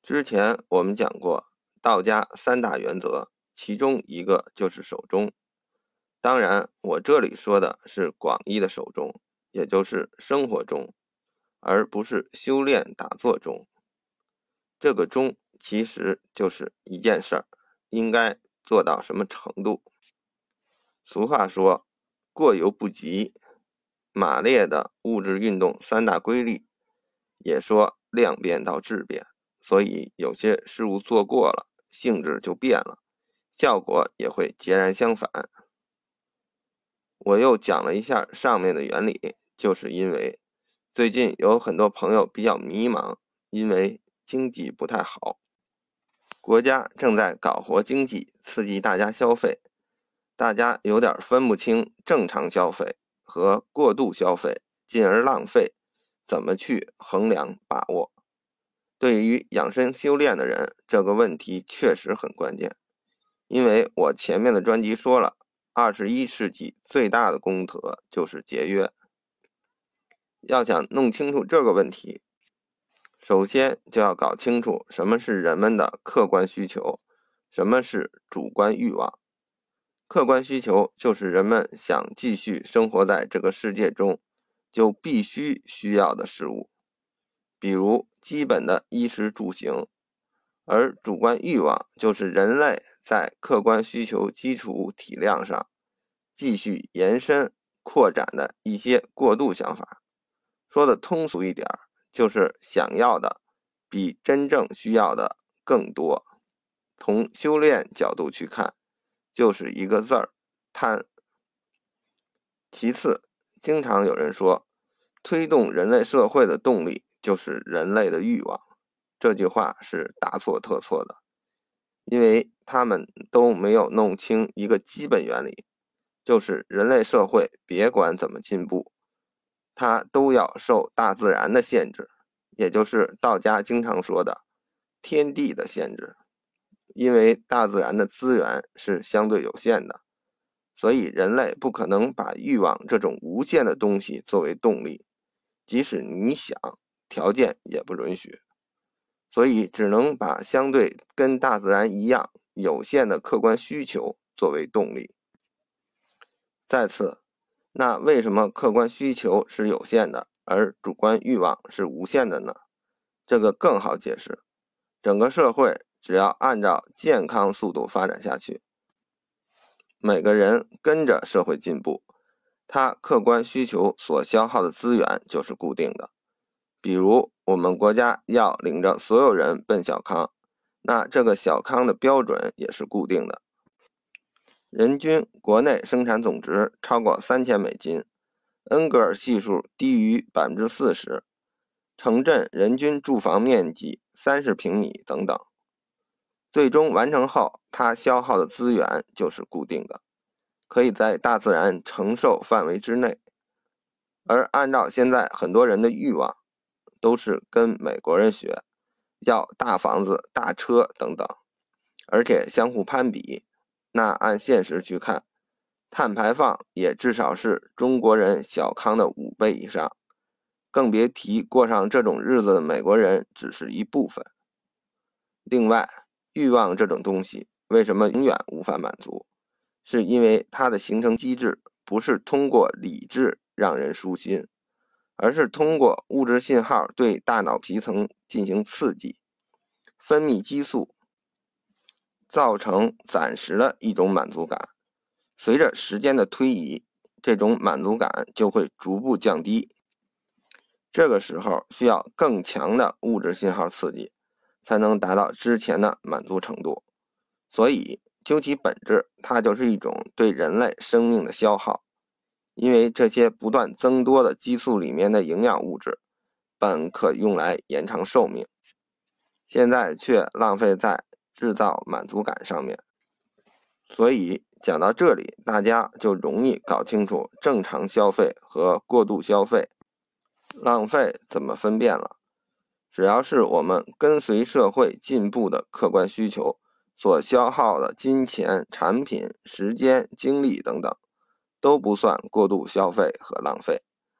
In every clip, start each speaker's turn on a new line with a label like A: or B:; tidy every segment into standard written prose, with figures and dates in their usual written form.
A: 之前我们讲过道家三大原则，其中一个就是守中。当然，我这里说的是广义的守中，也就是生活中，而不是修炼打坐中。这个中其实就是一件事儿，应该做到什么程度。俗话说，过犹不及。马列的物质运动三大规律，也说量变到质变，所以有些事物做过了，性质就变了，效果也会截然相反。我又讲了一下上面的原理，就是因为最近有很多朋友比较迷茫，因为经济不太好，国家正在搞活经济，刺激大家消费，大家有点分不清正常消费和过度消费，进而浪费，怎么去衡量把握？对于养生修炼的人，这个问题确实很关键，因为我前面的专辑说了，21世纪最大的功德就是节约。要想弄清楚这个问题，首先就要搞清楚什么是人们的客观需求，什么是主观欲望。客观需求就是人们想继续生活在这个世界中，就必须需要的事物，比如基本的衣食住行。而主观欲望就是人类在客观需求基础体量上继续延伸扩展的一些过度想法。说的通俗一点，就是想要的比真正需要的更多。从修炼角度去看，就是一个字儿，贪。其次，经常有人说，推动人类社会的动力就是人类的欲望。这句话是大错特错的，因为他们都没有弄清一个基本原理，就是人类社会别管怎么进步，它都要受大自然的限制，也就是道家经常说的天地的限制。因为大自然的资源是相对有限的，所以人类不可能把欲望这种无限的东西作为动力，即使你想，条件也不允许。所以只能把相对跟大自然一样有限的客观需求作为动力。再次，那为什么客观需求是有限的，而主观欲望是无限的呢？这个更好解释。整个社会只要按照健康速度发展下去，每个人跟着社会进步，他客观需求所消耗的资源就是固定的。比如我们国家要领着所有人奔小康，那这个小康的标准也是固定的。人均国内生产总值超过$3000，恩格尔系数低于40%，城镇人均住房面积30平米等等。最终完成后，它消耗的资源就是固定的，可以在大自然承受范围之内。而按照现在很多人的欲望，都是跟美国人学，要大房子、大车等等，而且相互攀比。那按现实去看，碳排放也至少是中国人小康的5倍以上，更别提过上这种日子的美国人只是一部分。另外，欲望这种东西为什么永远无法满足？是因为它的形成机制不是通过理智让人舒心，而是通过物质信号对大脑皮层进行刺激，分泌激素，造成暂时的一种满足感。随着时间的推移，这种满足感就会逐步降低。这个时候需要更强的物质信号刺激，才能达到之前的满足程度。所以究其本质，它就是一种对人类生命的消耗。因为这些不断增多的激素里面的营养物质本可用来延长寿命，现在却浪费在制造满足感上面。所以讲到这里，大家就容易搞清楚正常消费和过度消费、浪费怎么分辨了。只要是我们跟随社会进步的客观需求所消耗的金钱、产品、时间、精力等等，都不算过度消费和浪费。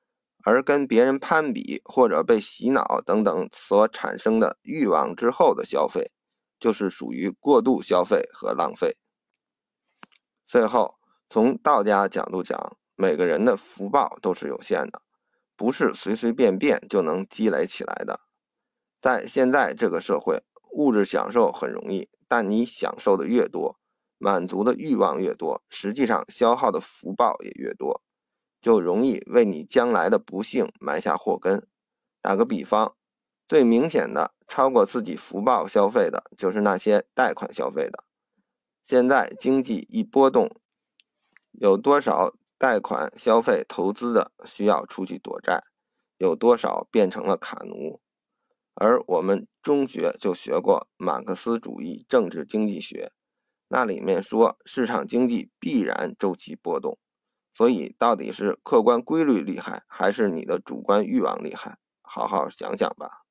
A: 而跟别人攀比或者被洗脑等等所产生的欲望之后的消费，就是属于过度消费和浪费。最后，从道家角度讲，每个人的福报都是有限的，不是随随便便就能积累起来的。在现在这个社会，物质享受很容易，但你享受的越多，满足的欲望越多，实际上消耗的福报也越多，就容易为你将来的不幸埋下祸根。打个比方，最明显的超过自己福报消费的，就是那些贷款消费的。现在经济一波动，有多少贷款消费投资的需要出去躲债，有多少变成了卡奴。而我们中学就学过马克思主义政治经济学，那里面说市场经济必然周期波动，所以到底是客观规律厉害，还是你的主观欲望厉害？好好想想吧。